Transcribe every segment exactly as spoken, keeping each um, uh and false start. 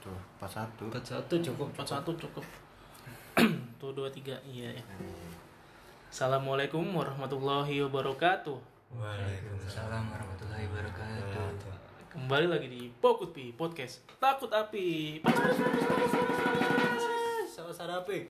Tuh, empat satu. empat satu cukup. empat satu cukup. Tuh dua tiga iya ya. Assalamualaikum warahmatullahi wabarakatuh. Waalaikumsalam warahmatullahi wabarakatuh. Kembali lagi di Pokutpi Podcast Takut Api. Salah sarape.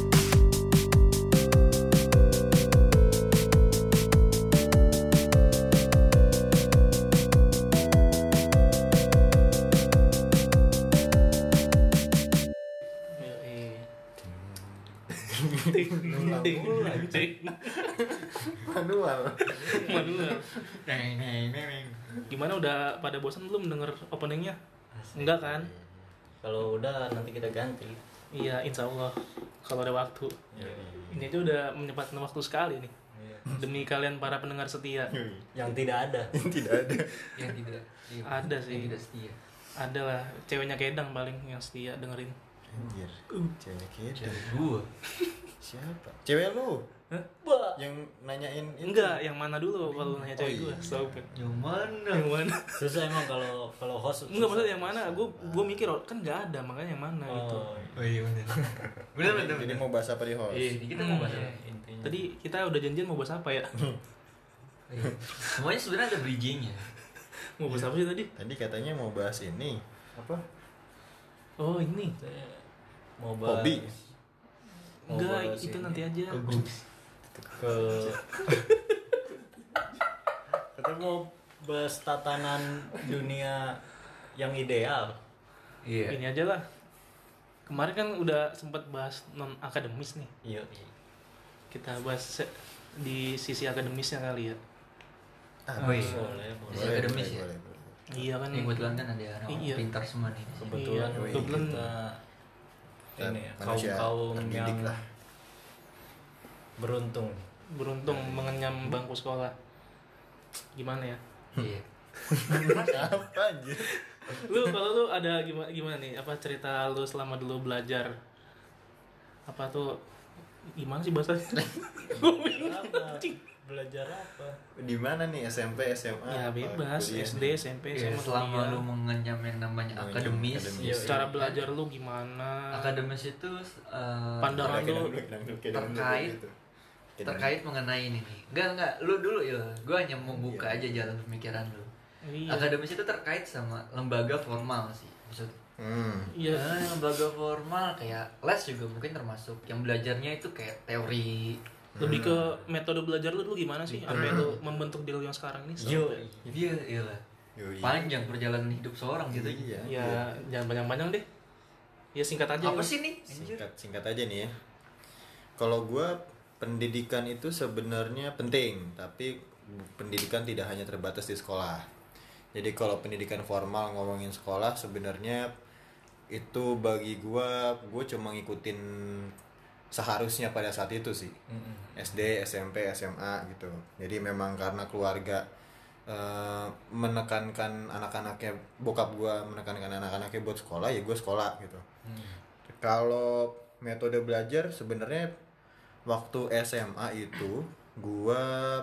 Manual. Manual. Neng neng neng. Gimana, udah pada bosan belum denger openingnya? Enggak kan? Kalau udah nanti kita ganti. Iya, insya Allah kalau ada waktu. Ya. Ini tuh udah menyempatkan waktu sekali nih. Ya. Demi kalian para pendengar setia. Yang tidak ada. Tidak ada. Yang tidak. Iya, Ada sih. Yang tidak setia. Ada lah, ceweknya Kedang paling yang setia dengerin. Anjir. Cewek kita. Cewek gua. Siapa? Cewek lu? Hah? Yang nanyain itu. Enggak, yang mana dulu kalau nanya cewek Oh, gue? iya. Stop. Yang mana? Yang mana? Susah emang kalau kalau host. Enggak, maksudnya yang mana? Gue gue mikir oh, kan nggak ada, makanya yang mana gitu. Oh, Oh iya benar. Benar benar. Jadi mau bahas apa di host? Iya, kita mau bahas apa? Hmm. intinya. Tadi kita udah janjian mau bahas apa ya? Iya. Semuanya sebenarnya ada bridgingnya. Mau bahas apa sih tadi? Tadi katanya mau bahas ini. Apa? Oh ini. Saya mau bahas Hobi. mau Enggak, bahas itu ini. nanti aja. ke kita mau bahas tatanan dunia yang ideal. Iya. Ini aja lah. Kemarin kan udah sempat bahas non akademis nih. Iya. Kita bahas se- di sisi akademisnya kali ya. Oh iya. Boleh, boleh. Bisa akademis ya. boleh, boleh. Iya kan. Ini kebetulan kan ada orang Iya. pintar semua nih. Kebetulan Iya, kita Dan ini ya, manusia kaum-kaum terdidik yang lah. beruntung. Beruntung mengenyam bangku sekolah. Gimana ya? Iya. Apa anjir? Lu kalau lu ada gimana gimana nih? Apa cerita lu selama dulu belajar? Apa tuh gimana sih bahasanya? Apa? Belajar apa? Di mana nih? S M P, S M A? Ya apa? bebas, Kuliah S D, nih? S M P, Iya, S M A, selama kuliah. lu mengenyam yang namanya Mengenyam akademis, akademis. iya, Cara iya. belajar lu gimana? Akademis itu uh, Pandangan Udah, lu kedang- kedang- kedang- terkait gitu. Kedang- terkait mengenai ini nih. Enggak enggak, lu dulu ya. Gua hanya mau buka Iya. aja jalan pemikiran lu. Iya. Akademis itu terkait sama lembaga formal sih. Maksud Hmm. Iya. Nah, lembaga formal kayak les juga mungkin termasuk. Yang belajarnya itu kayak teori. Lebih ke metode belajar lu dulu gimana sih? Apa itu membentuk diri lu yang sekarang ini? Yo. Iya, iyalah. Yoi. Panjang perjalanan hidup seorang gitu. Iya. Ya, jangan panjang-panjang deh. Ya singkat aja. Apa ya. sih nih? Anjir. Singkat singkat aja nih ya. Kalau gua pendidikan itu sebenarnya penting, tapi pendidikan tidak hanya terbatas di sekolah. Jadi kalau pendidikan formal ngomongin sekolah sebenarnya itu bagi gua, gua cuma ngikutin seharusnya pada saat itu sih. S D, S M P, S M A gitu. Jadi memang karena keluarga eh, menekankan anak-anaknya, bokap gua menekankan anak-anaknya buat sekolah, ya gua sekolah gitu. Kalau metode belajar sebenarnya waktu S M A itu gua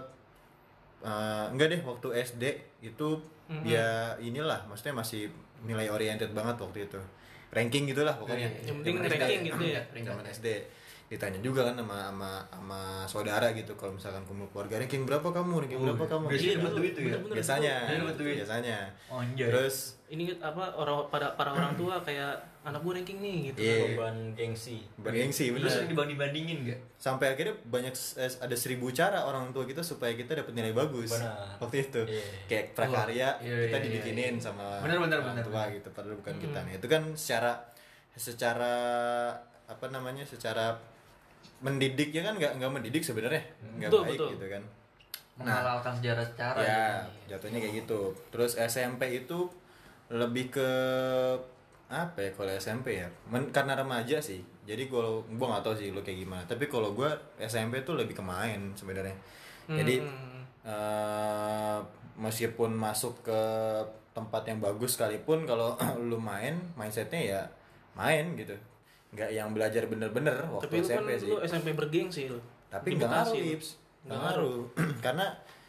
uh, enggak deh, waktu S D itu Mhm. ya inilah, maksudnya masih nilai oriented banget waktu itu. Ranking gitulah pokoknya. Yang penting Zaman S D. ranking gitu ya. Zaman S D ditanya juga kan sama sama sama saudara gitu, kalau misalkan kumpul keluarga, ranking berapa kamu? Ranking Oh, berapa kamu? biasanya Gitu. dapat duit tuh ya? Bener-bener Biasanya. Dia dapat duit. Biasanya. Oh, anjay. Terus Ini apa orang pada para orang tua kayak anak gue ranking nih gitu. Iya. Beban gengsi. bergengsi Lu bener. sering dibanding-bandingin gak? Sampai akhirnya banyak eh, ada seribu cara orang tua kita supaya kita dapat nilai bagus. Benar. Waktu itu Iya. kayak prakarya Oh, iya, kita iya, dibikinin iya. sama Benar, benar, orang benar, tua benar. gitu, padahal bukan kita nih. Itu kan secara secara apa namanya? secara mendidiknya kan nggak nggak mendidik sebenarnya, nggak Betul, baik betul. gitu kan. Menghalalkan sejarah secara Ya, gitu. jatuhnya kayak gitu. Terus S M P itu lebih ke apa ya kalau S M P ya? Men, karena remaja sih. Jadi kalau gua nggak tahu sih lo kayak gimana. Tapi kalau gua S M P itu lebih ke main sebenarnya. Jadi Hmm. eh, meskipun masuk ke tempat yang bagus sekalipun, kalau lu main, mindsetnya ya main gitu. Nggak yang belajar bener-bener waktu Tapi lu S M P kan sih. lu S M P bergengsi lu. Tapi Di nggak ngaruh, Bekasi lu. Lips. Nggak ngaruh. Karena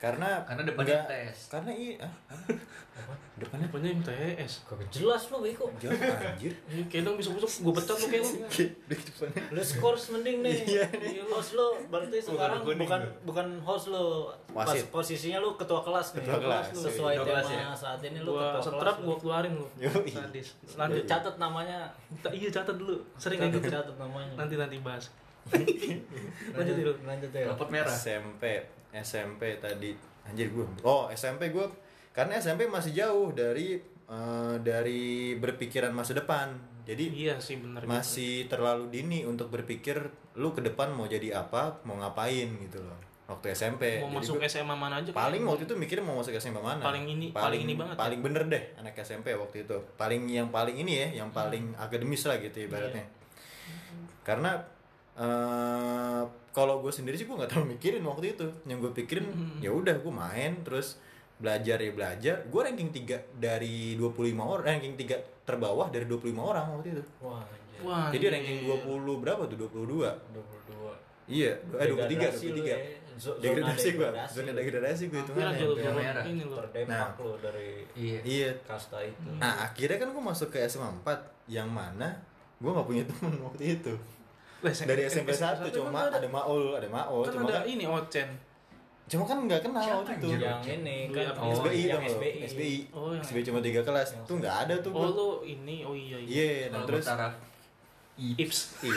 Karena Karena depannya nggak- tes. Karena iya, ah, apa? Depannya Apanya M T S? Kagak jelas lu bego. jauh anjir. Ini kayak dong besok-besok gue pecat lu kayak lu. Di depannya. Lu skors mending nih. Iya nih. Host lu berarti sekarang kuning bukan gua. bukan host lu. Pas Wasit. posisinya lu ketua kelas nih. Ketua kelas. Lu sesuai Ketua tema kelas ya? saat ini lu Gua ketua setrap kelas. gua keluarin lu. Yoi. Sadis. Lanjut Lanjut. catat namanya. Ta- Iya catat dulu. Sering kayak Catat, gitu. catat namanya. Nanti nanti bahas. Lanjut dulu. Lanjut ya. Rapot merah. S M P, S M P tadi anjir gue. Oh, S M P gue karena S M P masih jauh dari eh, dari berpikiran masa depan. Jadi Iya sih benar. masih terlalu dini untuk berpikir lu ke depan mau jadi apa, mau ngapain gitu loh. Waktu S M P. Mau Jadi masuk gua S M A mana aja paling kayak- waktu itu mikirnya mau masuk S M P mana. Paling ini- paling ini banget Paling bener deh anak S M P waktu itu. Paling yang paling ini ya, yang paling akademis lah gitu ibaratnya. Karena eh kalau gue sendiri sih gue nggak terlalu mikirin waktu itu. Yang gue pikirin ya udah gue main terus belajar ya belajar. Gue ranking tiga dari dua puluh lima orang, ranking tiga terbawah dari dua puluh lima orang waktu itu. Wah, anjir. Wah. Jadi anjir. ranking dua puluh berapa tuh? dua puluh dua. dua puluh dua. Iya, eh dua puluh tiga, Degradasi dua puluh lu tiga. ya. Zo- zona Degradasi gua, degradasi zona lu. degradasi gue Hampir hitungannya. aja lu Zona keluar merah. ini lu. Terdampak Nah. lu dari Iya. Iya. kasta itu. Nah akhirnya kan gue masuk ke S M A empat yang mana gue nggak punya temen waktu itu. Lah, S M P Dari S M P satu emang cuma ada, ada Maul, ada Maul, kan cuma ada kan ini Ocen. cuma kan nggak kenal Siapa waktu itu. anjir? Yang ini kan Oh, S B I yang dong S lo, B I. S B I. Oh, yang- S B I cuma tiga kelas. Tuh nggak ada tuh Oh gue. lu ini, oh iya iya. Iya, nah Kalau terus taraf Ips. Iya.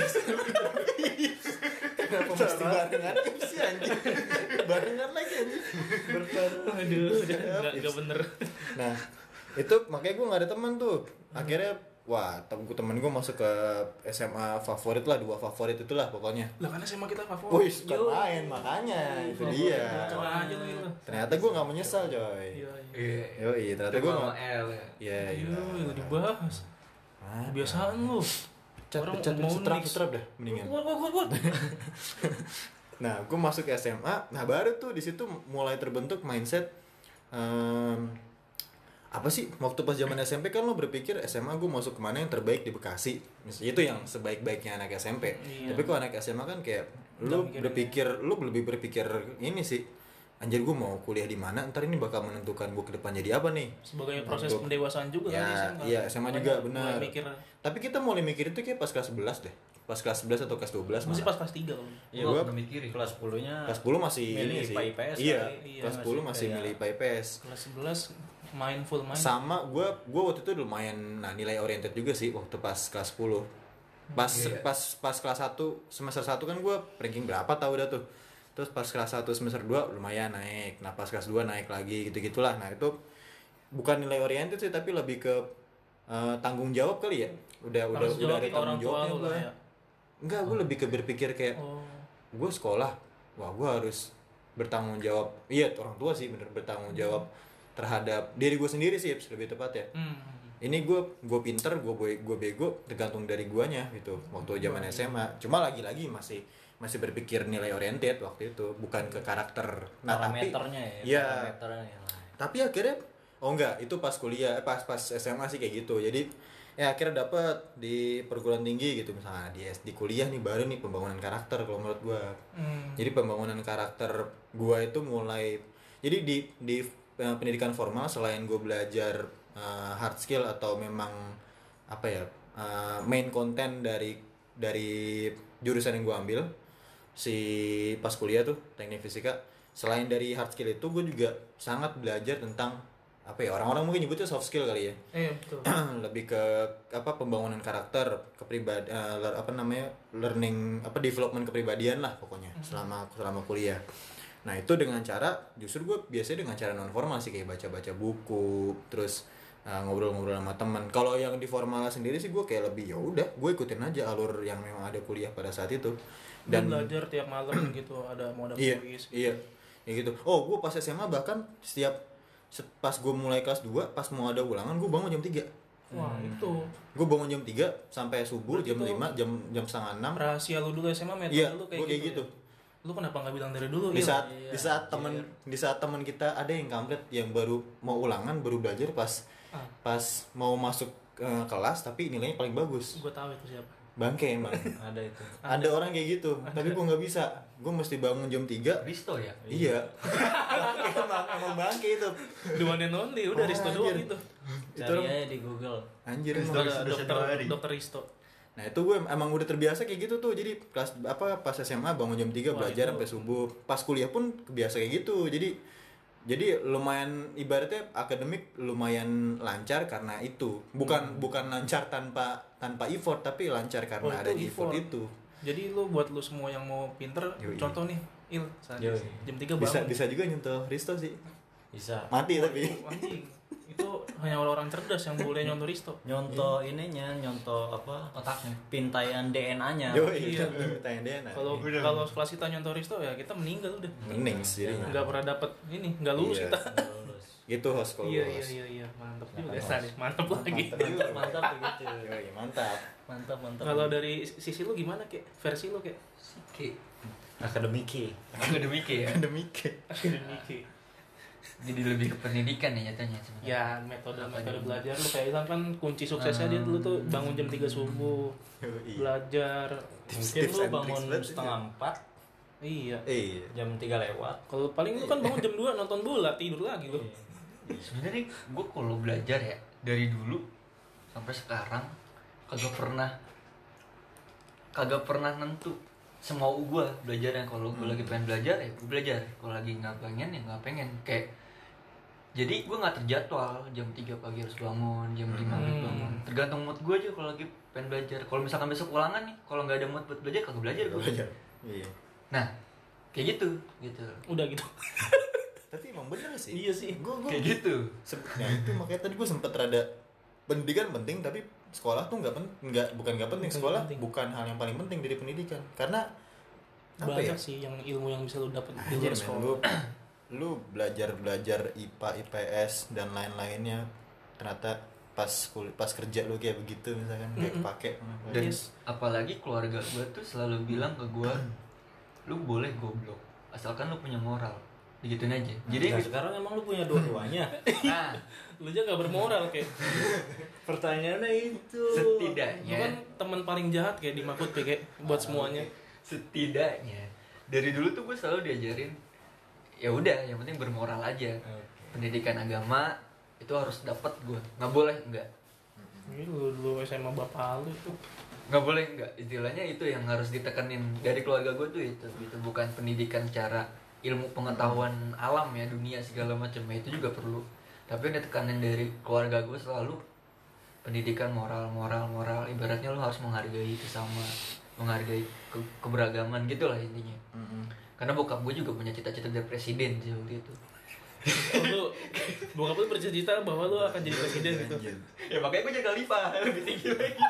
Kenapa mesti barengan sih anjing? Barengan lagi anjing. Aduh, udah enggak enggak bener. Nah, itu makanya gue nggak ada teman tuh. Akhirnya wah, temen temen gue masuk ke S M A favorit lah, dua favorit itulah pokoknya. Lah karena sama kita favorit. Wih, suka main makanya itu dia. Coba aja lu itu. Ternyata gue nggak menyesal coy. Iya. iya. Iya. Yo iya, ternyata gue sama nggak. L ya. Iya iya. Iya, itu dibahas. Ah, Kebiasaan lu. Cat Orang cat mau setrap mix. setrap dah mendingan. Gua gua gua gua. Nah, gue masuk ke S M A, nah baru tuh di situ mulai terbentuk mindset em, apa sih waktu pas zaman S M P kan lo berpikir S M A gue masuk kemana yang terbaik di Bekasi, misalnya itu yang sebaik-baiknya anak S M P. Iya. Tapi kalau anak S M A kan kayak Nggak lo mikirin berpikir, lo lebih berpikir ini sih, anjir gue mau kuliah di mana, ntar ini bakal menentukan gue ke depan jadi apa nih. Sebagai proses Untuk- pendewasaan juga Ya, kan S M A. iya, S M A juga, Makanya benar. mulai mikir Tapi kita mulai mikir itu kayak pas kelas sebelas deh, pas kelas sebelas atau kelas dua belas masih malah. pas kelas tiga kan. Iya, Gua- gua udah mikirin. kelas sepuluh-nya Kelas sepuluh masih milih ini sih. I P A I P S Iya, kali. Iya, kelas sepuluh masih kayak- milih I P A I P S. Kelas sebelas main full main. Sama gue gue waktu itu lumayan nah nilai oriented juga sih waktu pas kelas sepuluh. Pas Iya. pas pas kelas satu semester satu kan gue ranking berapa tahu dah tuh. Terus pas kelas satu semester dua lumayan naik. Nah, pas kelas dua naik lagi gitu-gitulah. Nah, itu bukan nilai oriented sih tapi lebih ke eh, tanggung jawab kali ya. Udah udah Tanggung udah jawab ada ke orang tanggung tua jawabnya lu gue. lah ya. Enggak, gue lebih ke berpikir kayak Oh. gue sekolah, wah gue harus bertanggung jawab. Iya, orang tua sih bener bertanggung jawab terhadap diri gue sendiri sih lebih tepat ya. Hmm. Ini gue gue pinter, gue gue bego tergantung dari guanya gitu waktu zaman S M A. Cuma lagi-lagi masih masih berpikir nilai oriented waktu itu, bukan ke karakter. Nah, tapi parameternya ya. Iya. Parameternya lah. tapi akhirnya oh enggak, itu pas kuliah, eh, pas pas S M A sih kayak gitu. Jadi ya akhirnya dapet di perguruan tinggi gitu misalnya di S di kuliah nih baru nih pembangunan karakter kalau menurut gue. Hmm. Jadi pembangunan karakter gue itu mulai jadi di di eh, pendidikan formal selain gue belajar eh, hard skill atau memang apa ya eh, main konten dari dari jurusan yang gue ambil si pas kuliah tuh teknik fisika, selain dari hard skill itu gue juga sangat belajar tentang apa ya orang-orang mungkin nyebutnya soft skill kali ya. Iya betul. Lebih ke apa pembangunan karakter kepribadian apa namanya learning apa development kepribadian lah pokoknya selama selama kuliah. Nah itu dengan cara justru gue biasanya dengan cara non formal sih kayak baca-baca buku terus uh, ngobrol-ngobrol sama teman. Kalau yang di formal sendiri sih gue kayak lebih ya udah gue ikutin aja alur yang memang ada kuliah pada saat itu. Dan Dan belajar tiap malam gitu ada mau ada iya kuis. iya ya gitu. Oh gue pas S M A bahkan setiap se- pas gue mulai kelas dua pas mau ada ulangan gue bangun jam tiga. Wah itu Gue bangun jam tiga sampai subuh Berarti jam tuh lima jam jam setengah enam. rahasia lu dulu S M A metode Iya, lu gue kayak, kayak gitu. gitu. Ya? Lu kenapa nggak bilang dari dulu? Di Iya. saat iya, di saat iya. temen di saat temen kita ada yang kampret yang baru mau ulangan baru belajar pas Ah. pas mau masuk eh, kelas tapi nilainya paling bagus. Gue tahu itu siapa. bangke emang. Ada itu. Ada orang kayak gitu, tapi gue nggak bisa. Gue mesti bangun jam tiga. Risto ya? Iya. Bangke emang, emang bangke itu. The one and only, udah Oh, Risto anjir. doang itu. Itu Cari orang- aja di Google. Anjir Risto. emang. Ada sudah dokter satu hari. dokter Risto. Nah itu gue emang udah terbiasa kayak gitu tuh. Jadi kelas apa pas S M A bangun jam tiga Wah, belajar itu- sampai subuh. Pas kuliah pun kebiasa kayak gitu. Jadi jadi lumayan ibaratnya akademik lumayan lancar karena itu. Bukan bukan lancar tanpa tanpa effort tapi lancar karena Oh, ada itu effort effort. itu. Jadi lu buat lu semua yang mau pinter, Yoi. contoh nih, Il, saat Yoi. jam tiga bangun. Bisa bisa juga nyentuh Risto sih. Bisa. Mati tapi. Oh, anjing. Itu hanya orang-orang cerdas yang boleh nyontoh Risto. Nyontoh ininya, nyontoh apa? Otaknya. Pintaian D N A-nya. Yo, Iya. iya. Tanya dia nah. Kalau Udah. kalau kelas kita nyontoh Risto ya kita meninggal udah. Mending sih. Jangan. Nggak pernah dapet ini, nggak lulus Iya. kita. Lulus. Gitu host kalau Iya gua iya host. iya iya, mantap juga Mantap, ya tadi, mantap lagi. Mantap, mantap begitu. Yoi, mantap. Mantap, mantap. Kalau dari sisi lu gimana kek? Versi lu kek? Oke. akademiki. Akademik ya. Akademik. Akademiki. Jadi lebih ke pendidikan ya nyatanya sebenarnya. Ya metode Apa metode nih? belajar lu kayak Ilham kan kunci suksesnya dia dulu tuh bangun jam tiga subuh, Yoi. belajar. Mungkin Tips lu and tricks bangun banget setengah empat, Iya. Iya. jam tiga lewat. Kalau paling lu kan bangun jam dua nonton bola, tidur lagi lu. Sebenarnya gue kalau belajar ya dari dulu sampai sekarang kagak pernah kagak pernah nentu semau gue belajarnya. Kalau gue lagi pengen belajar ya gue belajar, kalau lagi nggak pengen ya nggak pengen. Kayak jadi gue nggak terjadwal jam tiga pagi harus bangun, jam lima harus Hmm. bangun, tergantung mood gue aja kalau lagi pengen belajar. Kalau misalkan besok ulangan nih, kalau nggak ada mood buat belajar kagak belajar gue. Belajar. Iya. Nah kayak gitu gitu Udah gitu. Tapi emang bener sih. Iya sih. Gue gue kayak gitu. Nah itu makanya tadi gue sempet rada pendidikan penting tapi sekolah tuh nggak penting, nggak bukan nggak penting Bukan sekolah penting. bukan hal yang paling penting dari pendidikan karena apa Banyak ya? sih yang ilmu yang bisa lu dapat di Anjir, luar men, sekolah. lu lu belajar belajar I P A I P S dan lain-lainnya ternyata pas kuliah pas kerja lu kayak begitu misalkan nggak Mm-mm. kepake. Dan Yes. apalagi keluarga gue tuh selalu bilang ke gue, lu boleh goblok asalkan lu punya moral, digituin aja. Jadi Nah, sekarang emang lu punya dua-duanya. nah Lu aja nggak bermoral kayak. Pertanyaannya itu. Lu setidaknya kan teman paling jahat kayak di Makut kayak buat semuanya. setidaknya dari dulu tuh gue selalu diajarin ya udah yang penting bermoral aja. Oke. Pendidikan agama itu harus dapat gue, nggak boleh enggak, Ini lu dulu S M A bapak lu tuh. nggak boleh enggak, istilahnya itu yang harus ditekenin dari keluarga gue tuh itu gitu. Bukan pendidikan cara ilmu pengetahuan alam ya, dunia segala macam ya, itu juga perlu, tapi yang ditekanin dari keluarga gue selalu pendidikan moral moral moral. Ibaratnya lo harus menghargai sesama, menghargai ke- keberagaman gitu lah intinya. Karena bokap gue juga punya cita-cita jadi presiden sih waktu itu. Oh, lu bokap lu bercita-cita bahwa lu akan jadi presiden gitu. Anjir. Ya makanya gue jadi khalifah lebih tinggi lagi.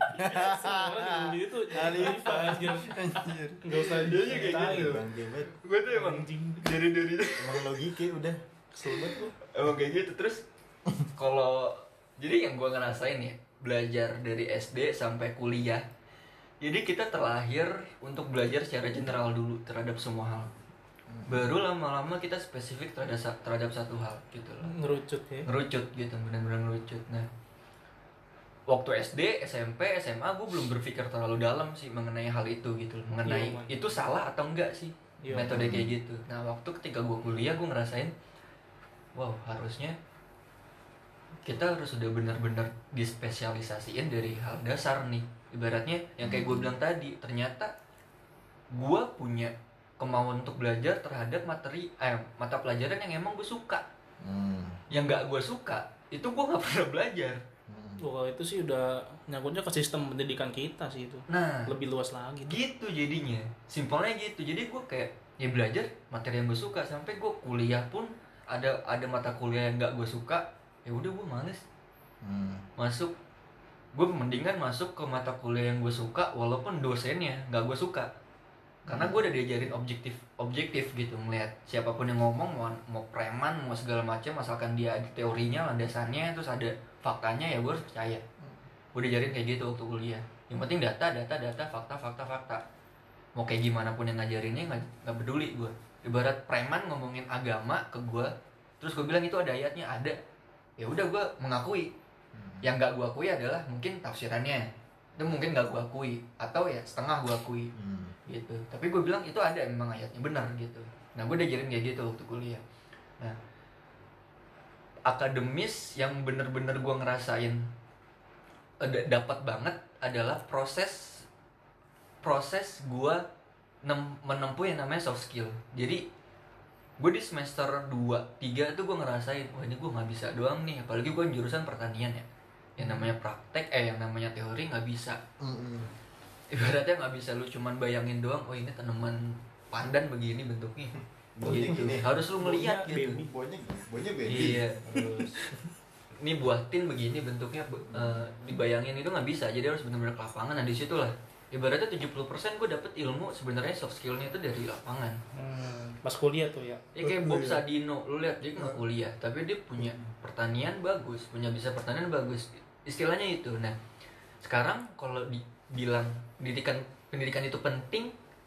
Semua orang di itu jadi khalifah anjir. Anjir. Enggak usah Dia juga kayak diceritain. gitu. Bangke banget. Gue tuh emang Anjing. dari dari Emang logika udah. Kesel banget lu. emang kayak gitu. Terus kalau jadi yang gue ngerasain ya belajar dari S D sampai kuliah, jadi kita terlahir untuk belajar secara general dulu terhadap semua hal, baru lama-lama kita spesifik terhadap sa- terhadap satu hal gitu loh, Ngerucut ya. ngerucut gitu, benar-benar ngerucut. Nah waktu S D, S M P, S M A gue belum berpikir terlalu dalam sih mengenai hal itu gitu loh. Mengenai Iya, man. itu salah atau enggak sih Iya, metode kayak gitu. Nah waktu ketika gue kuliah gue ngerasain, wow harusnya kita harus sudah benar-benar dispesialisasiin dari hal dasar nih. Ibaratnya yang kayak gue bilang tadi, ternyata gue punya kemauan untuk belajar terhadap materi eh, mata pelajaran yang emang gue suka. Hmm. Yang nggak gue suka itu gue nggak pernah belajar. Tuh, kalau itu sih udah nyangkutnya ke sistem pendidikan kita sih itu. Nah Lebih luas lagi. gitu jadinya, simpelnya gitu. Jadi gue kayak ya belajar materi yang gue suka, sampai gue kuliah pun ada ada mata kuliah yang nggak gue suka, ya udah gue males Hmm. masuk. Gue mendingan masuk ke mata kuliah yang gue suka walaupun dosennya nggak gue suka, karena gue udah diajarin objektif objektif gitu, ngeliat siapapun yang ngomong mau mau preman mau segala macam, asalkan dia ada teorinya landasannya terus ada faktanya ya gue harus percaya. Gue diajarin kayak gitu waktu kuliah, yang penting data data data fakta fakta fakta. Mau kayak gimana pun yang ngajarinnya nggak nggak peduli gue. Ibarat preman ngomongin agama ke gue, terus gue bilang itu ada ayatnya, ada, ya udah gue mengakui. Yang nggak gue akui adalah mungkin tafsirannya, itu mungkin nggak gue akui atau ya setengah gue akui Hmm. gitu. Tapi gue bilang itu ada memang ayatnya benar gitu. Nah gue diajarin kayak gitu waktu kuliah. Nah akademis yang bener-bener gue ngerasain ada- dapat banget adalah proses proses gue nem- menempuh yang namanya soft skill. Jadi gue di semester dua, tiga tuh gue ngerasain wah ini gue nggak bisa doang nih, apalagi gue jurusan pertanian ya, yang namanya praktek eh yang namanya teori nggak bisa. Mm-mm. Ibaratnya nggak bisa lu cuman bayangin doang oh ini tanaman pandan begini bentuknya gitu, harus lu ngeliat Buahnya gitu. Buahnya buahnya baby. Iya, terus ini buah tin begini bentuknya be- eh, dibayangin itu nggak bisa, jadi harus benar-benar ke lapangan. Nah di situ lah ibaratnya tujuh puluh persen gue dapet ilmu sebenarnya soft skillnya itu dari lapangan. Hmm, pas kuliah tuh ya. Ya kayak Bob Sadino, lu lihat dia nggak kuliah, tapi dia punya pertanian bagus, punya bisa pertanian bagus, istilahnya itu. Nah sekarang kalau dibilang pendidikan pendidikan itu penting,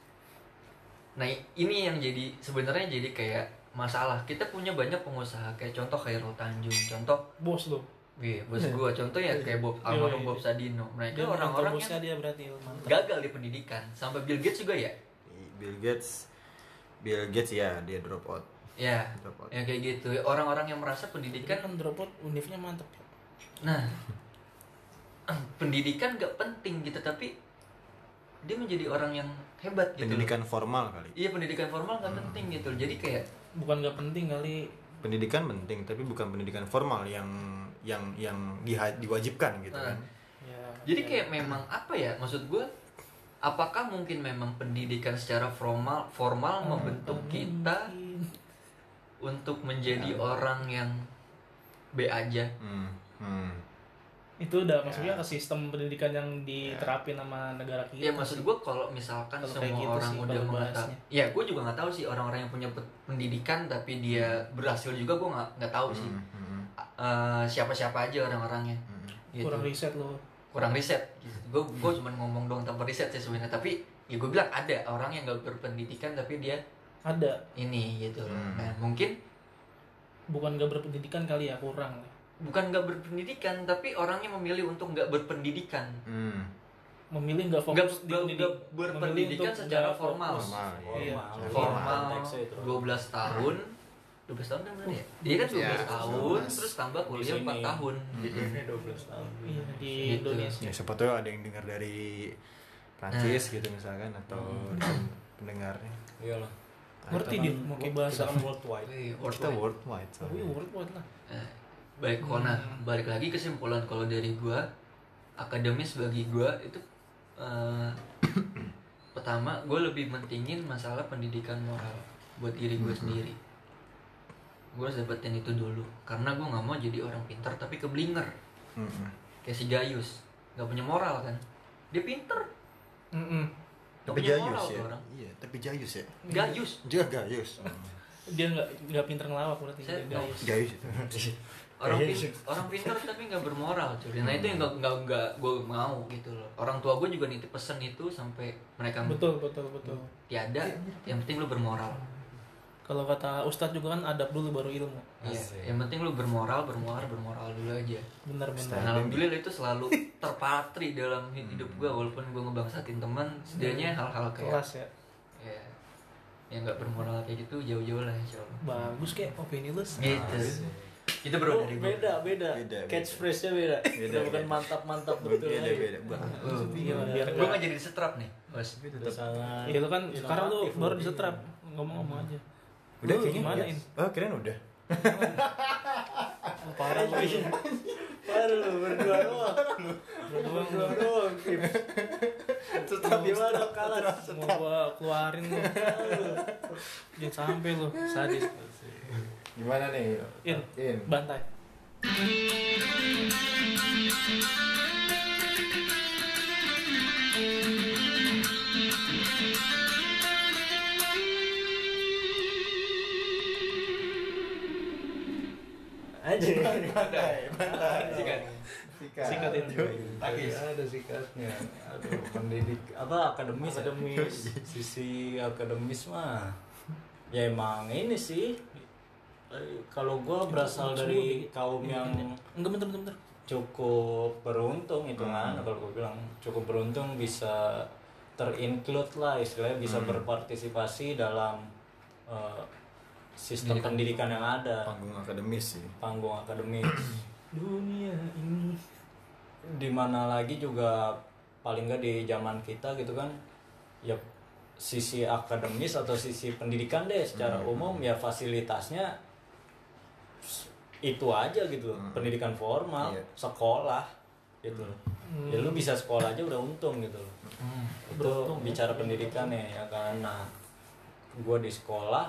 nah ini yang jadi sebenarnya jadi kayak masalah. Kita punya banyak pengusaha kayak contoh Khairul Tanjung, contoh Bos lo. Iya, bos gua contoh ya kayak Bob almarhum Bob Sadino. Mereka Dia orang-orang bosnya yang dia berarti mantap. gagal di pendidikan, sampai Bill Gates juga ya. Bill Gates Bill Gates ya dia drop out. Ya, Drop out. yang kayak gitu. Orang-orang yang merasa Kan pendidikan, kan drop out univnya mantap ya. nah, pendidikan gak penting gitu, tapi dia menjadi orang yang hebat gitu. Pendidikan formal kali. Iya, pendidikan formal gak penting gitu. Jadi kayak Bukan nggak penting kali. Pendidikan penting tapi bukan pendidikan formal yang yang yang diha- diwajibkan gitu Nah. kan. Ya, Jadi ya. kayak memang apa ya, maksud gue, apakah mungkin memang pendidikan secara formal formal membentuk kita Mungkin. untuk menjadi orang yang B aja? Hmm. Hmm. Itu udah maksudnya ke sistem pendidikan yang diterapin sama negara kita. Ya maksud gue kalau misalkan Kalau semua kayak gitu orang sih, udah kalau mengetahui, bahasnya. ya gue juga nggak tahu sih orang-orang yang punya pe- pendidikan tapi dia berhasil juga, gue nggak nggak tahu sih. Hmm. Hmm. Eh, siapa-siapa aja orang-orangnya. Hmm. Gitu. kurang riset loh. Kurang riset. Gue gue cuma ngomong doang tanpa riset sih sebenarnya. Tapi ya gue bilang ada orang yang nggak berpendidikan tapi dia Ada. ini gitu. Hmm. Nah mungkin Bukan nggak berpendidikan kali ya, kurang. bukan nggak berpendidikan tapi orangnya memilih untuk nggak berpendidikan, Hmm. Memilih nggak nggak fokus di nggak- pendidik- nggak memilih berpendidikan untuk secara nggak formal. fokus. Formal, Iya. Formal. Formal Konteksnya itu. dua belas tahun dua belas tahun kan bener ya? Iya kan dua belas Ya, tahun dua belas. terus tambah kuliah Di empat sini. tahun. Hidupnya dua belas tahun. Iya, di Gitu. Indonesia. Ya siapa tahu ada yang dengar dari Prancis gitu misalkan atau pendengarnya. Iyalah. Ngerti dia mau kayak bahasa. Kita kan worldwide. Wih, Kita worldwide. worldwide. Oh iya, worldwide lah. Nah, baik kok, nah balik lagi kesimpulan kalau dari gua, akademis bagi gua itu eh, pertama gue lebih mentingin masalah pendidikan moral buat diri gue sendiri. Gue harus dapetin itu dulu karena gue nggak mau jadi orang pintar tapi keblinger Hmm. kayak si Gayus, nggak punya moral kan, dia pinter Mm-mm. nggak Tapi punya Jayus moral ya. tuh orang. Iya, tapi Jayus ya. Gayus Dia Gayus. Dia nggak nggak pinter ngelawak berarti. Saya Dia tahu. guys. Gayus itu. orang pin, orang pintar tapi nggak bermoral cuy. Nah itu yang nggak nggak nggak gue mau gitu loh. Orang tua gue juga nitip pesen itu sampai mereka Betul, betul, betul. tiada, yang penting lu bermoral. Kalau kata Ustadz juga kan adab dulu baru ilmu. Iya, Asik. yang penting lu bermoral, bermuara, bermoral dulu aja. Bener bener. Ustadz. Dan alhamdulillah itu selalu terpatri dalam hidup gue, walaupun gue ngebangsatin teman, setidaknya hal-hal kayak Kelas ya. ya yang nggak bermoral kayak gitu jauh-jauh lah insya Allah. Bagus kayak opini lu. Gitu. Itu bro Oh, dari gue. beda, beda. Beda, beda. Catchphrase-nya beda. Beda, Udah bukan beda. mantap-mantap betul Beda lagi. beda. Bah. Oh, Iya, biar gue nggak jadi setrap nih, bos. Udah sangat Iya lu kan sekarang lu inovatif, baru lu. disetrap ngomong-ngomong aja. Udah Lu kayaknya gimana, ya. In? Oh, keren udah. Oh, parah lu. Baru lu berdua doang. Berdua Berdua doang. Tetap gimana kalah? mau gua keluarin lu. Jangan sampai lu sadis. Gimana nih? In, In. bantai. Aja. Bantai, bantai. Sikat. Sikat. Sikat itu. Takis. Ada sikatnya. Aduh, pendidik apa akademis? ya? Akademis. Sisi akademis mah ya emang ini sih. Eh, Kalau gua berasal dari kaum yang Enggak bentar bentar bentar. cukup beruntung hitungan kalau gue bilang cukup beruntung bisa terinclude lah istilahnya bisa Hmm. berpartisipasi dalam uh, sistem pendidikan yang ada, Panggung akademis sih. panggung akademis. Dunia ini. Dimana lagi juga paling nggak di zaman kita gitu kan ya sisi akademis atau sisi pendidikan deh secara Hmm. umum ya fasilitasnya itu aja gitu, Hmm. pendidikan formal, Iya. sekolah gitu. Hmm. Ya lu bisa sekolah aja udah untung gitu loh. Hmm. Itu Beruntung, bicara pendidikan ya, ya kan. Nah, gue di sekolah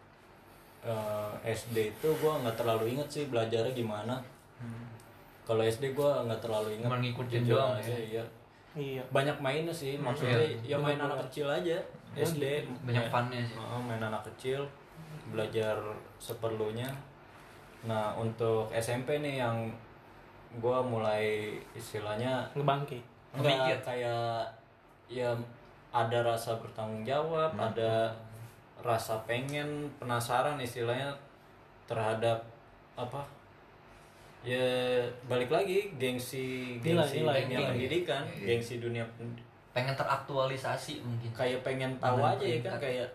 eh, S D itu gue nggak terlalu inget sih belajarnya gimana. Kalau S D gue nggak terlalu inget. Cuma ngikutin Jujur doang aja, ya? iya. Iya. Banyak mainnya sih, maksudnya ya main Bener-bener. anak kecil aja. S D Banyak main- funnya sih. Heeh, main anak kecil, belajar seperlunya. Nah untuk S M P nih yang gue mulai istilahnya Ngebangki. Mikir. enggak kayak ya ada rasa bertanggung jawab, ada rasa pengen, penasaran istilahnya terhadap apa? Ya balik lagi gengsi Nilai, gengsi nilai, dunia nilai. pendidikan, Iya. gengsi dunia pen- Pengen teraktualisasi mungkin. kayak pengen tahu Dengan aja ya kan peringkat. kayak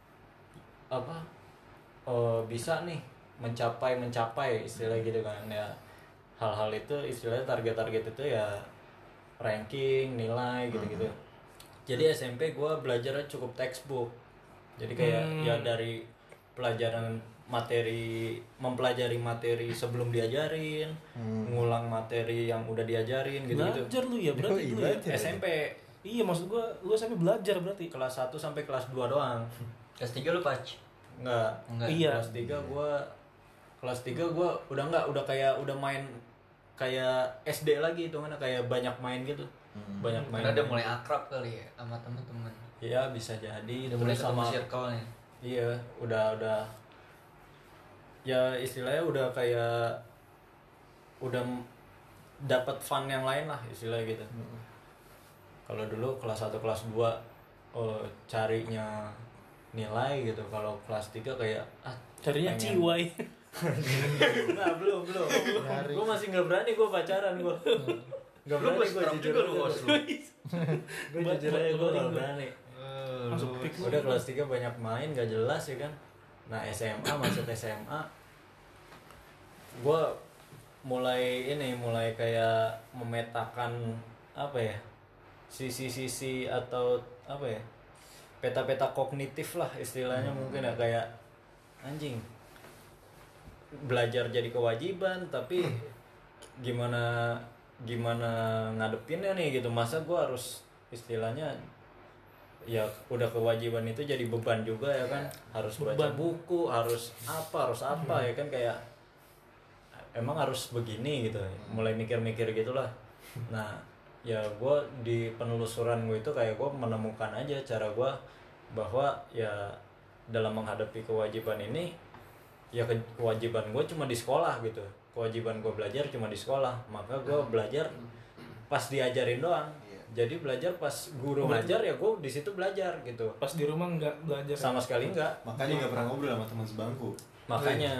apa oh bisa nih mencapai mencapai istilah gitu kan ya hal-hal itu istilahnya target-target itu ya ranking nilai gitu-gitu. Jadi S M P gue belajarnya cukup textbook, jadi kayak Hmm. ya dari pelajaran materi mempelajari materi sebelum diajarin, ngulang materi yang udah diajarin gitu-gitu. Belajar lu ya berarti Yoi, lu ya. belajar. S M P Iya maksud gua lu sampai belajar berarti. kelas satu sampai kelas dua doang. Kelas tiga lu patch. Enggak. Enggak. Iya. Kelas tiga gua kelas tiga gua udah enggak udah kayak udah main kayak S D lagi itu mana kayak banyak main gitu. Banyak main. Karena udah mulai akrab kali ya sama temen-temen. Iya, bisa jadi Udah mulai terus ketemu sama circle-nya. iya, udah udah ya istilahnya udah kayak udah m- dapat fun yang lain lah istilahnya gitu. Kalau dulu kelas satu kelas dua oh, carinya nilai gitu. Kalau kelas tiga kayak ah Carinya pengen- ciwai. Nah, belum, belum. Gue masih nggak berani gue pacaran gue. Nggak Lu berani gue gue sekarang jujur juga lu aja. bos lu. Gue jujur aja gue nggak berani. Masuk pik lu. Udah kelas tiga banyak main gak jelas ya kan. Nah S M A masuk S M A gue mulai ini mulai kayak memetakan apa ya sisi-sisi atau apa ya peta-peta kognitif lah istilahnya mungkin ya kayak anjing belajar jadi kewajiban tapi gimana gimana ngadepinnya nih gitu masa gue harus istilahnya ya udah kewajiban itu jadi beban juga ya kan harus baca Beban. buku harus apa harus apa ya kan kayak emang harus begini gitu mulai mikir-mikir gitulah. Nah ya gue di penelusuran gue itu kayak gue menemukan aja cara gue bahwa ya dalam menghadapi kewajiban ini ya ke- kewajiban gue cuma di sekolah gitu, kewajiban gue belajar cuma di sekolah, maka gue belajar pas diajarin doang. Jadi belajar pas guru ngajar ya gue di situ belajar gitu. Pas di rumah nggak belajar. Sama sekali enggak. Makanya nggak pernah ngobrol sama teman sebangku. Makanya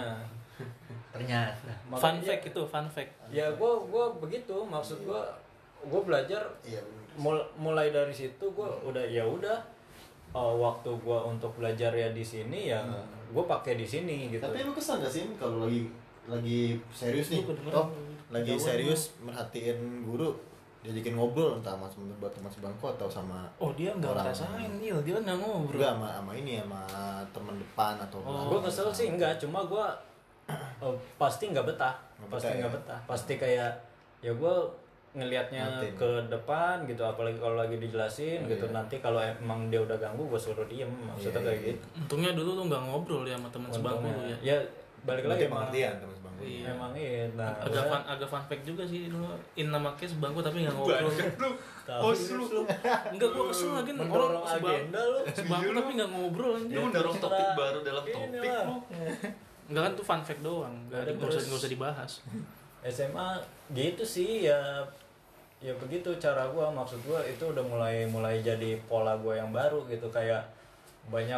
Ternyata. Fun makanya- fact itu, fun fact. Ya gue gue begitu maksud gue gue belajar Iya benar. mul- mulai dari situ gue udah ya udah uh, waktu gue untuk belajar ya di sini ya gue pakai di sini gitu. Tapi lu kesel gak sih kalau lagi lagi serius nih, Lu kedengeran toh lagi jauhan serius merhatiin guru, diajakin ngobrol entah sama teman buat teman sebangku atau sama Oh dia nggak orang- ngerasain, iya dia nggak ngobrol. Enggak sama sama ini sama teman depan atau Oh. belakang. Gue kesel sih enggak, cuma gue uh, pasti nggak betah, Nggak pasti betah nggak ya? betah, pasti kayak ya gue ngelihatnya Ngatin. ke depan gitu, apalagi kalau lagi dijelasin Oh, gitu. iya. Nanti kalau emang dia udah ganggu gue suruh diem, maksudnya Iya, kayak iya. gitu. Untungnya dulu lu nggak ngobrol ya sama teman sebangku lu ya. Ya balik lagi Berarti emang pengertian teman sebangku. Iya. emang iya. Nah, Agak udah. fun, agak fun fact juga sih dulu. In namanya sebangku tapi nggak ngobrol. Tahu. Enggak gua kesel lagi Mendorong sebang- agenda lu. sebangku tapi nggak ngobrol anjing. Lu mendorong topik baru dalam Ini topik lah. lu. Enggak kan tuh fun fact doang. Enggak Ada nggak usah terus- nggak usah dibahas. S M A gitu sih ya ya begitu cara gua, maksud gua itu udah mulai mulai jadi pola gua yang baru gitu, kayak banyak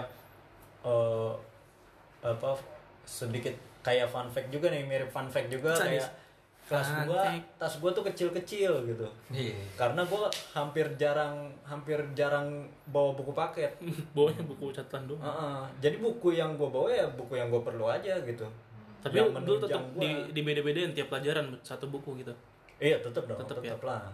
eh apa sedikit kayak fun fact juga nih, mirip fun fact juga Sadis. kayak kelas gua Antek. tas gua tuh kecil-kecil gitu. Iya. Karena gua hampir jarang hampir jarang bawa buku paket. Bawanya buku catatan doang. Heeh. Jadi buku yang gua bawa ya buku yang gua perlu aja gitu. Tapi yang lu tetap menunjang gua. di, di beda-bedain tiap pelajaran satu buku gitu. Iya, tetap dong, Tetep tetap, ya? lah.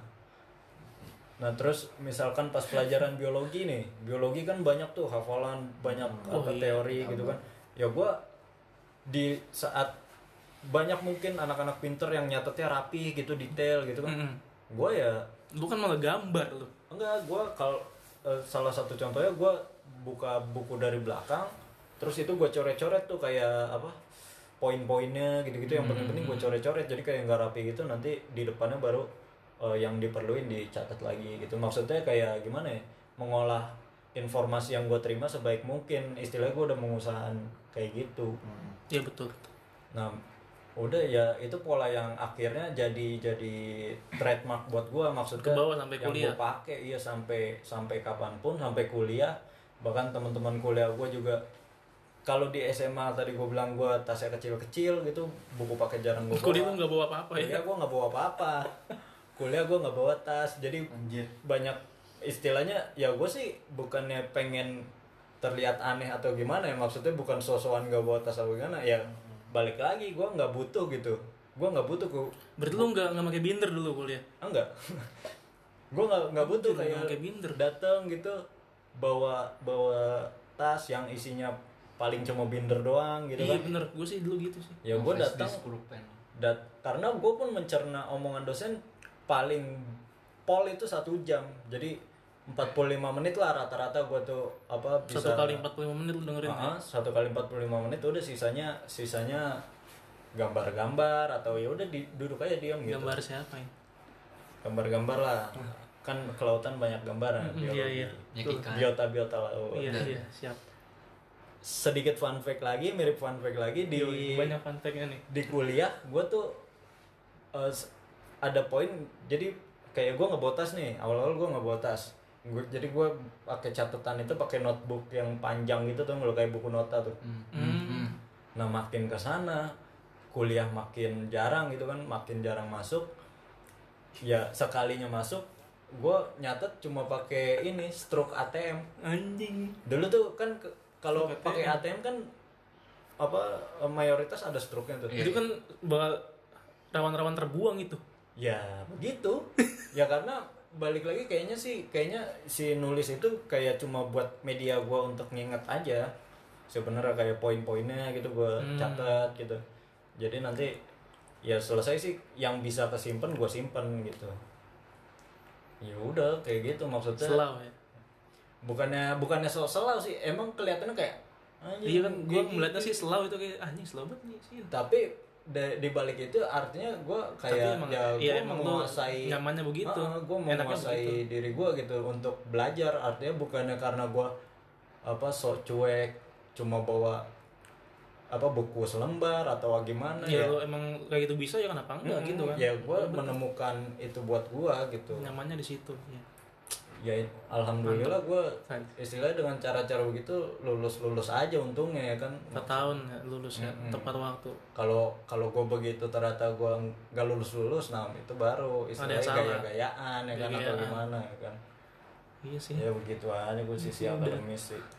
Nah, terus misalkan pas pelajaran biologi nih, biologi kan banyak tuh hafalan, banyak Oh, apa iya. teori gitu kan. Ya gua di saat banyak mungkin anak-anak pinter yang nyatetnya rapi gitu, detail gitu kan. Mm-mm. Gua ya Lu kan malah gambar lu. enggak, gua kalau eh, salah satu contohnya gua buka buku dari belakang, terus itu gua coret-coret tuh kayak apa? Poin-poinnya gitu-gitu yang penting-penting gua coret-coret jadi kayak nggak rapi gitu, nanti di depannya baru eh, yang diperluin dicatat lagi gitu. Maksudnya kayak gimana ya? Mengolah informasi yang gue terima sebaik mungkin. Istilahnya gue udah mengusahakan kayak gitu. Iya betul. Nah, udah ya itu pola yang akhirnya jadi jadi trademark buat gue. Maksudnya Ke bawah sampai yang kuliah. gue pakai iya sampai sampai kapanpun, sampai kuliah. Bahkan teman-teman kuliah gue juga, kalau di S M A tadi gue bilang gue tasnya kecil-kecil gitu, buku pakai jarang gue bawa. Kuliah lu nggak bawa apa-apa ya? Kuliah gue nggak bawa apa-apa. Kuliah gue nggak bawa tas, jadi Anjir. banyak istilahnya ya gue sih bukannya pengen terlihat aneh atau gimana ya, maksudnya bukan sosokan nggak bawa tas atau gimana ya, balik lagi gue nggak butuh gitu, gue nggak butuh gue Berarti lu nggak nggak pakai binder dulu kuliah? enggak. Gue nggak nggak butuh Anjir, kayak nggak pakai binder. dateng gitu bawa bawa tas yang isinya paling cuma binder doang gitu Iya kan. bener, gue sih dulu gitu sih. Ya gue Flash datang disk pulpen. dat karena gue pun mencerna omongan dosen paling pol itu satu jam, jadi empat puluh lima menit lah rata-rata gue tuh apa bisa Satu kali empat puluh lima menit lu dengerin. Ah, satu kali empat puluh lima menit udah sisanya sisanya gambar-gambar atau ya udah di, duduk aja diam gitu. Gambar siapa ya? Gambar-gambar lah, kan kelautan banyak gambaran. Mm, biologi. iya, iya. Ya, Tuh. ikan. Biota-biota laut. Iya Udah. iya siap. Sedikit fun fact lagi, mirip fun fact lagi di Yoi, banyak fun fact-nya nih. di kuliah gue tuh eh, s- ada poin, jadi kayak gue nggak bawa tas nih, awal-awal gue nggak bawa tas. Gua, jadi gue pakai catatan itu pakai notebook yang panjang gitu tuh, nggak kayak buku nota tuh. Hmm. Hmm. Hmm. Nah makin kesana kuliah makin jarang gitu kan, makin jarang masuk. Ya sekalinya masuk gue nyatet cuma pakai ini stroke A T M. Anjing. Dulu tuh kan ke- kalau Stroke pakai A T M kan apa eh, mayoritas ada stroke-nya tuh. Iya. Itu kan bakal rawan-rawan terbuang itu. Ya begitu. Ya karena balik lagi kayaknya sih kayaknya si nulis itu kayak cuma buat media gue untuk nginget aja. Sebenarnya kayak poin-poinnya gitu gue Hmm. catat gitu. Jadi nanti ya selesai sih yang bisa kesimpan gue simpen gitu. Ya udah kayak gitu maksudnya. Selau ya. Bukannya bukannya so selau sih, emang kelihatannya kayak anjing, Iya kan gue kayak ngeliatnya gitu. sih selau itu kayak anjing selau banget nih sih. Tapi di, di balik itu artinya gue kayak emang- ya iya, gue emang lu menguasai nyamannya begitu. gue Enaknya menguasai begitu. diri gue gitu untuk belajar, artinya bukannya karena gue apa sok cuek cuma bawa apa buku selembar atau gimana Ya, ya, lu emang kayak gitu bisa ya kenapa enggak Mm, gitu kan. ya gue menemukan itu buat gue gitu. Nyamannya di situ ya. Ya alhamdulillah gue Kan. istilahnya dengan cara-cara begitu lulus lulus aja untungnya ya kan. empat tahun ya, lulus ya, Mm-mm. tepat waktu. Kalau kalau gue begitu ternyata gue nggak lulus lulus, nah itu baru istilahnya yang salah. gaya-gayaan ya kan atau Gaya-gayaan. gimana ya kan. Iya sih. Ya begitu aja gue sisi Udah. akademis sih,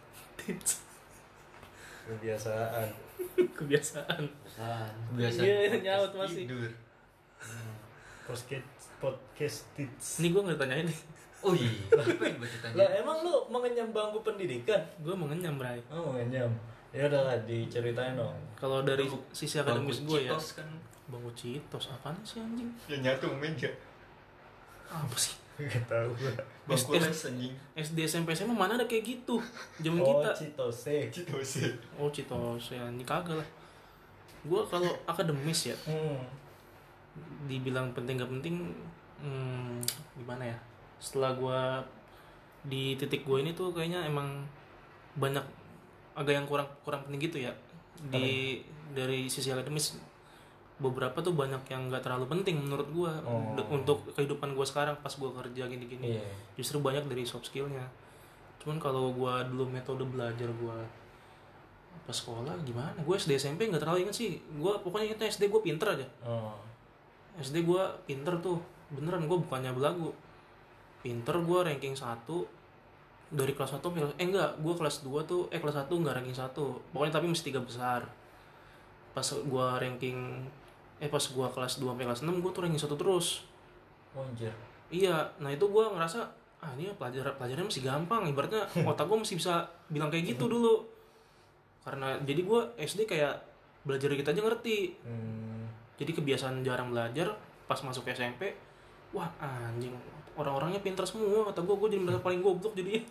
kebiasaan. Kebiasaan. Kebiasaan. Kebiasaan. Iya, podcast nyaut masih. tidur. Podcast podcast tips. Ini gue nggak ditanyain nih. Oh iya. Apa yang gue Lah tanya? emang lu mengenyam bangku pendidikan? Gue mau ngenyam Bray. Oh mengenyam. Ya udah lah, diceritain dong. Kalau dari sisi akademis gue ya. Citos kan Bangku Citos apaan sih anjing? yang nyatu meja. Apa sih? Gak tahu gue. Bangku S- les anjing. S D S M P S M A mana ada kayak gitu? Zaman Oh kita. Citose. Citos. Oh Citos ya, ini kagak lah. Gue kalau akademis ya, Hmm. dibilang penting gak penting, hmm, gimana ya? Setelah gue di titik gue ini tuh kayaknya emang banyak agak yang kurang kurang penting gitu ya. Di dari sisi akademis beberapa tuh banyak yang nggak terlalu penting menurut gue Oh. untuk kehidupan gue sekarang pas gue kerja gini-gini. Iya. Justru banyak dari soft skillnya. Cuman kalau gue dulu metode belajar gue pas sekolah gimana? Gue S D S M P nggak terlalu inget sih. Gue pokoknya itu S D gue pinter aja. Oh. S D gue pinter tuh, beneran gue bukannya belagu, pinter gue ranking satu dari kelas satu sampai eh enggak, gue kelas dua tuh eh kelas satu enggak ranking satu, pokoknya tapi mesti tiga besar. Pas gue ranking eh pas gue kelas dua sampai kelas enam gue tuh ranking satu terus. Oh, anjir. Iya, nah itu gue ngerasa ah ini pelajaran pelajarannya masih gampang, ibaratnya otak gue masih bisa bilang kayak gitu dulu. Karena jadi gue S D kayak belajar dikit aja ngerti. Hmm. Jadi kebiasaan jarang belajar, pas masuk S M P, wah anjing, orang-orangnya pintar semua, kata gue, gue jadi merasa paling goblok jadi.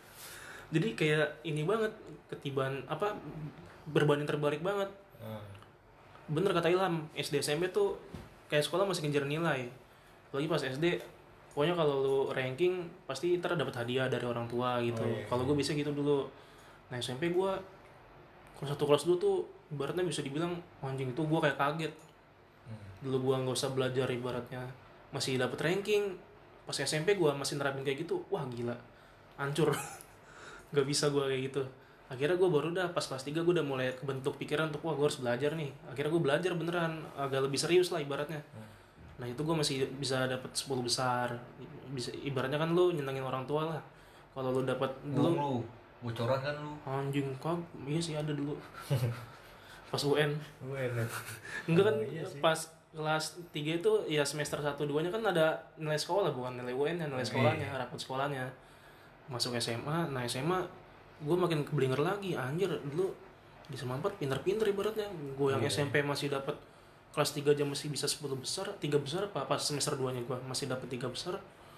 Jadi kayak ini banget, ketiban apa berbanding terbalik banget. Hmm. Bener kata Ilham, S D S M P tuh kayak sekolah masih ngejar nilai. Lagi pas S D, pokoknya kalau lu ranking pasti ntar dapat hadiah dari orang tua gitu. Oh, iya, Kalau iya. gue bisa gitu dulu. Nah S M P gue kelas satu kelas dua tuh ibaratnya bisa dibilang anjing itu gue kayak kaget. Hmm. Dulu gue nggak usah belajar ibaratnya masih dapat ranking. Pas S M P gue masih nerapin kayak gitu, wah gila, hancur. Gak bisa gue kayak gitu. Akhirnya gue baru dah pas kelas tiga gue udah mulai kebentuk pikiran untuk wah gue harus belajar nih. Akhirnya gue belajar beneran agak lebih serius lah ibaratnya. Nah itu gue masih bisa dapat sepuluh besar. Bisa ibaratnya kan lu nyenengin orang tua lah. Kalau lu dapat Belum dulu lu, bocoran kan lu. anjing kok iya sih ada dulu. Pas U N. Gue enak. Enggak kan Oh, iya sih. pas kelas tiga itu ya semester satu dua nya kan ada nilai sekolah bukan nilai U N ya, nilai sekolahnya, rapot sekolahnya. Masuk S M A, nah S M A gue makin keblinger lagi, anjir dulu di Semangat pinter-pinter ibaratnya. Gue yang Iya. S M P masih dapat kelas tiga aja masih bisa sepuluh besar, tiga besar apa pas semester dua nya gue masih dapat tiga besar.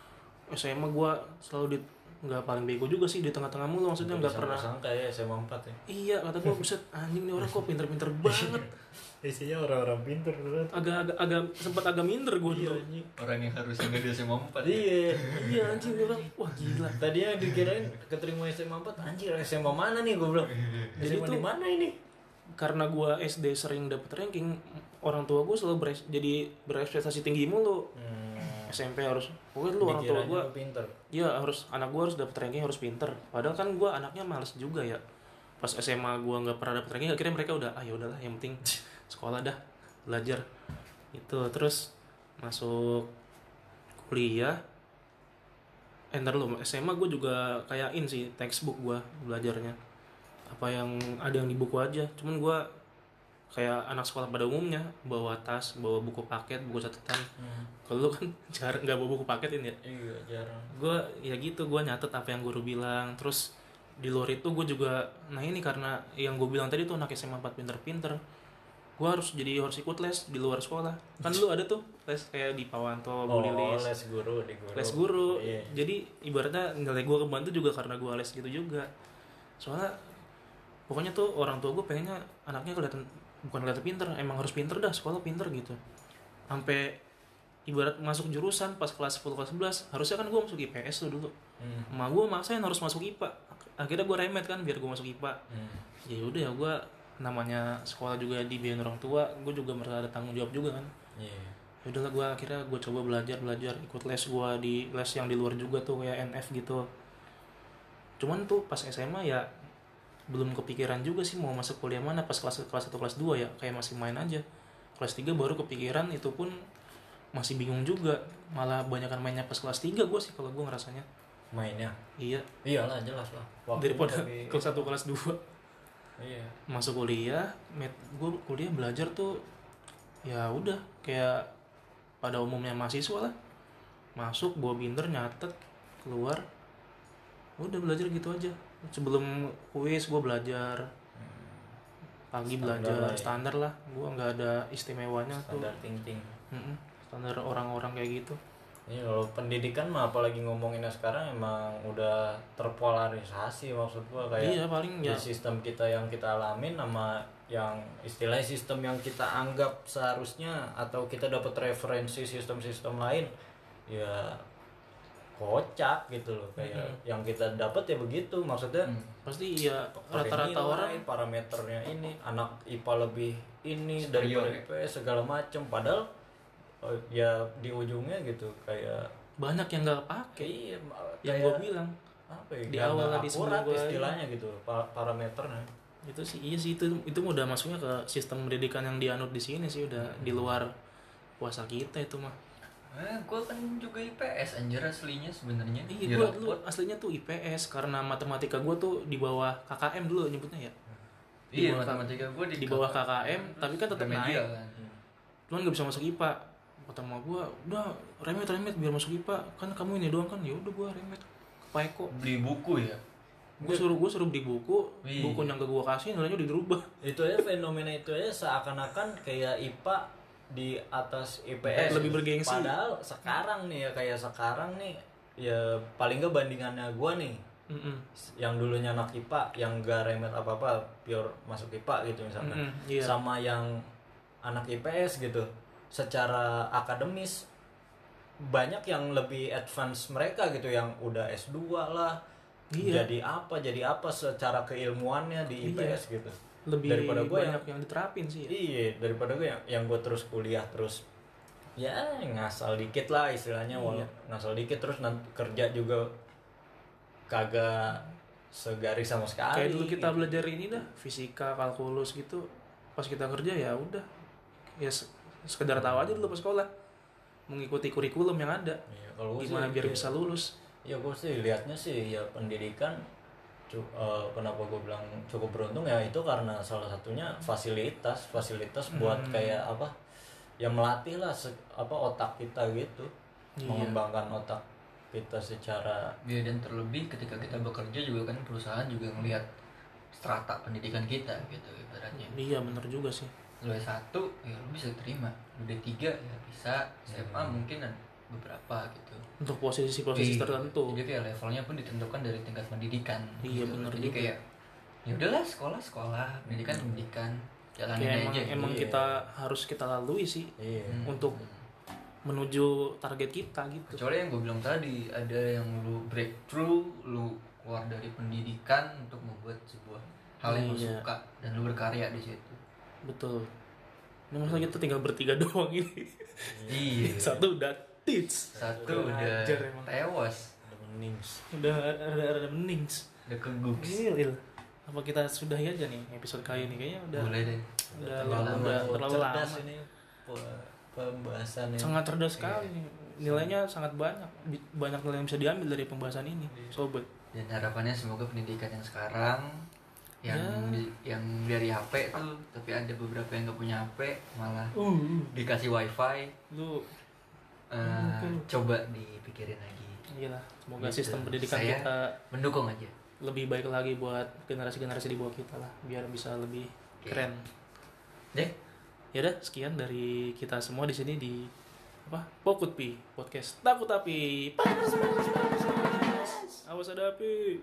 S M A gue selalu di nggak paling bego juga sih, di tengah-tengah mulu, maksudnya nggak pernah. Sangka ya S M A empat ya. Iya kata gue, buset anjing nih orang kok pinter-pinter banget. Isinya orang-orang pinter terus. Agak-agak agak sempat agak minder gue dulu. Orang yang harusnya nggak di S M A empat. Iya. Iya anjing nih orang, wah gila. Tadinya dikirain keterima S M A empat, anjir S M A mana nih gue bilang. Jadi S M A tuh- di mana ini? Karena gue S D sering dapet ranking, orang tua gue selalu beres, jadi berekspektasi tinggi mulu. Hmm. S M P harus, pokoknya lu orang tua Dikiranya gue, lu pinter. ya harus anak gue harus dapet ranking, harus pinter. Padahal kan gue anaknya males juga ya. Pas S M A gue nggak pernah dapet ranking, akhirnya mereka udah, ah ya udahlah, yang penting sekolah dah, belajar. Itu terus masuk kuliah. Eh ntar lu, S M A gue juga kayak in sih textbook gue belajarnya. Apa yang ada yang di buku aja. Cuman gue kayak anak sekolah pada umumnya, bawa tas, bawa buku paket, buku catatan. Hmm. Kalau lu kan jarang nggak bawa buku paketin ya. Iya jarang. Gue ya gitu, gue nyatet apa yang guru bilang. Terus di luar itu gue juga, nah ini karena yang gue bilang tadi tuh anak S M A empat pinter-pinter, gue harus jadi harus ikut les di luar sekolah. Kan dulu ada tuh les kayak di Pawanto, Bu Oh, Lilis, les guru di guru. les guru. Iya. Jadi ibaratnya nilai gue kebantu juga karena gue les gitu juga. Soalnya pokoknya tuh orang tua gue pengennya anaknya kelihatan, bukan kelihatan pinter, emang harus pinter dah, sekolah pinter gitu. Sampai ibarat masuk jurusan pas kelas sepuluh kelas sebelas, harusnya kan gue masuk I P S tuh dulu. Hmm. Emak gue maksain harus masuk I P A. Akhirnya gue remet kan biar gue masuk I P A. Hmm. Ya udah ya gue, namanya sekolah juga dibiayain orang tua, gue juga merasa ada tanggung jawab juga kan. Iya. Ya udahlah gue akhirnya gue coba belajar belajar ikut les gue di les yang di luar juga tuh kayak N F gitu. Cuman tuh pas S M A ya belum kepikiran juga sih mau masuk kuliah mana, pas kelas kelas satu kelas dua ya kayak masih main aja. Kelas tiga baru kepikiran, itu pun masih bingung juga, malah banyakan mainnya pas kelas tiga gue sih kalau gue ngerasanya. Mainnya. Iya, Iyalah jelas lah. Waktu daripada tapi- kelas satu kelas dua. Iya. Masuk kuliah, met gue kuliah belajar tuh ya udah kayak pada umumnya mahasiswa lah, masuk bawa binder nyatet keluar, udah belajar gitu aja. Sebelum kuis gue belajar pagi, Standar belajar lah ya. standar lah, gue nggak ada istimewanya Standar tuh. ting-ting. Mm-mm, standar orang-orang kayak gitu. Iya, kalau pendidikan mah apalagi ngomonginnya sekarang emang udah terpolarisasi, maksud gua kayak Iya paling di ya sistem kita yang kita alamin sama yang istilahnya sistem yang kita anggap seharusnya atau kita dapat referensi sistem-sistem lain ya kocak gitu loh, kayak Mm-mm. yang kita dapat ya begitu, maksudnya Hmm. pasti ya pakai rata-rata nilai, orang parameternya ini anak I P A lebih ini Superior daripada ya? I P S segala macem, padahal oh, ya di ujungnya gitu kayak banyak yang nggak pakai. iya Yang kayak gue bilang apa ya, di nggak- awal nggak tadi sebelum akurat gua- istilahnya gitu pa- parameternya. itu sih iya sih, itu itu udah masuknya ke sistem pendidikan yang dianut di sini sih, udah di luar puasa kita itu mah. Eh, gue kan juga I P S anjir aslinya sebenarnya. Iya, gue dulu aslinya tuh I P S karena matematika gue tuh di bawah K K M dulu nyebutnya ya. Di Iya, bawah matematika gue di, di bawah K K M, tapi kan tetap remedial naik. kan. Cuman nggak bisa masuk I P A. Kata sama gue, udah remet remet biar masuk I P A. Kan kamu ini doang kan, ya udah gue remet ke Paeko. Beli buku ya. Gue suruh gue suruh beli buku, Wih. buku yang gak gue kasih nilainya udah dirubah. Itu ya fenomena itu ya seakan-akan kayak I P A di atas I P S Lebih bergengsi. Padahal sekarang nih ya kayak sekarang nih ya paling gak bandingannya gua nih Mm-mm. yang dulunya anak I P A yang gak remet apa-apa pure masuk I P A gitu misalnya Mm-mm, iya. sama yang anak I P S gitu secara akademis banyak yang lebih advance mereka gitu yang udah S dua lah Iya. jadi apa jadi apa secara keilmuannya di I P S gitu Lebih daripada gua banyak yang- yang, diterapin sih ya. Iya, daripada gue yang yang gue terus kuliah terus ya ngasal dikit lah istilahnya, Iya. walau ngasal dikit terus nanti kerja juga kagak segaris sama sekali. Kayak dulu kita gitu. belajar ini dah, fisika, kalkulus gitu. Pas kita kerja ya udah. Ya se- sekedar tahu aja dulu pas sekolah. Mengikuti kurikulum yang ada. Iya, kalau gua Gimana sih, biar iya. bisa lulus. Ya gue sih liatnya sih ya pendidikan cu- eh, kenapa gue bilang cukup beruntung ya itu karena salah satunya fasilitas fasilitas buat Hmm. kayak apa ya melatih lah se- apa otak kita gitu Iya. mengembangkan otak kita secara Ya, dan terlebih ketika kita bekerja juga kan perusahaan juga ngelihat strata pendidikan kita gitu ibaratnya. Iya bener juga sih. Lu S satu ya lu bisa terima, lu D tiga ya bisa, S M A mungkin ada beberapa gitu. Untuk posisi-posisi Iya. tertentu. Jadi kayak levelnya pun ditentukan dari tingkat pendidikan. Iya, gitu. bener Jadi juga. kayak ya udahlah sekolah sekolah, pendidikan pendidikan, jalanin Kayak aja. emang, gitu. emang Iya. kita harus kita lalui sih iya Hmm. untuk menuju target kita gitu. Kecuali yang gue bilang tadi, ada yang lu breakthrough, lu keluar dari pendidikan untuk membuat sebuah hal yang lu Iya. suka dan lu berkarya di situ. Betul. Ini masalah kita tinggal bertiga doang ini. Iya. Satu udah tits. Satu Udah udah hajar emang. tewas, udah menings. Udah ada ada menings. udah kegugs. Gil. Apa kita sudahi aja nih episode kali ini kayaknya udah Boleh deh. udah terlalu lama, lama. udah terlalu cerdas lama. ini pe- pembahasannya. Sangat cerdas sekali nih. Nilainya sangat banyak. Bi- Banyak nilai yang bisa diambil dari pembahasan ini, sobat. Dan harapannya semoga pendidikan yang sekarang yang Ya. yang dari H P tuh, tapi ada beberapa yang nggak punya H P malah Uh, dikasih wifi. lu Eh, Betul. coba dipikirin lagi. iyalah, semoga Gitu. sistem pendidikan Saya- kita Mendukung aja. lebih baik lagi buat generasi-generasi di bawah kita lah, biar bisa lebih Oke. keren. Deh, Ya udah, sekian dari kita semua di sini di apa? Pokut Pi Podcast. Takut api. Panas, panas, panas, panas. Awas ada api.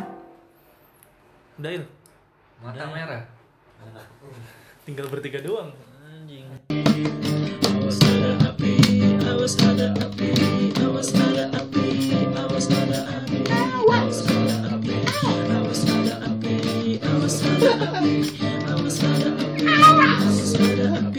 Udah, Il. mata Udah. merah. Tinggal bertiga doang. Anjing. Awas ada api, awas ada api, awas ada api, awas ada api, awas ada api, awas ada api, awas ada api, awas ada api, awas ada api.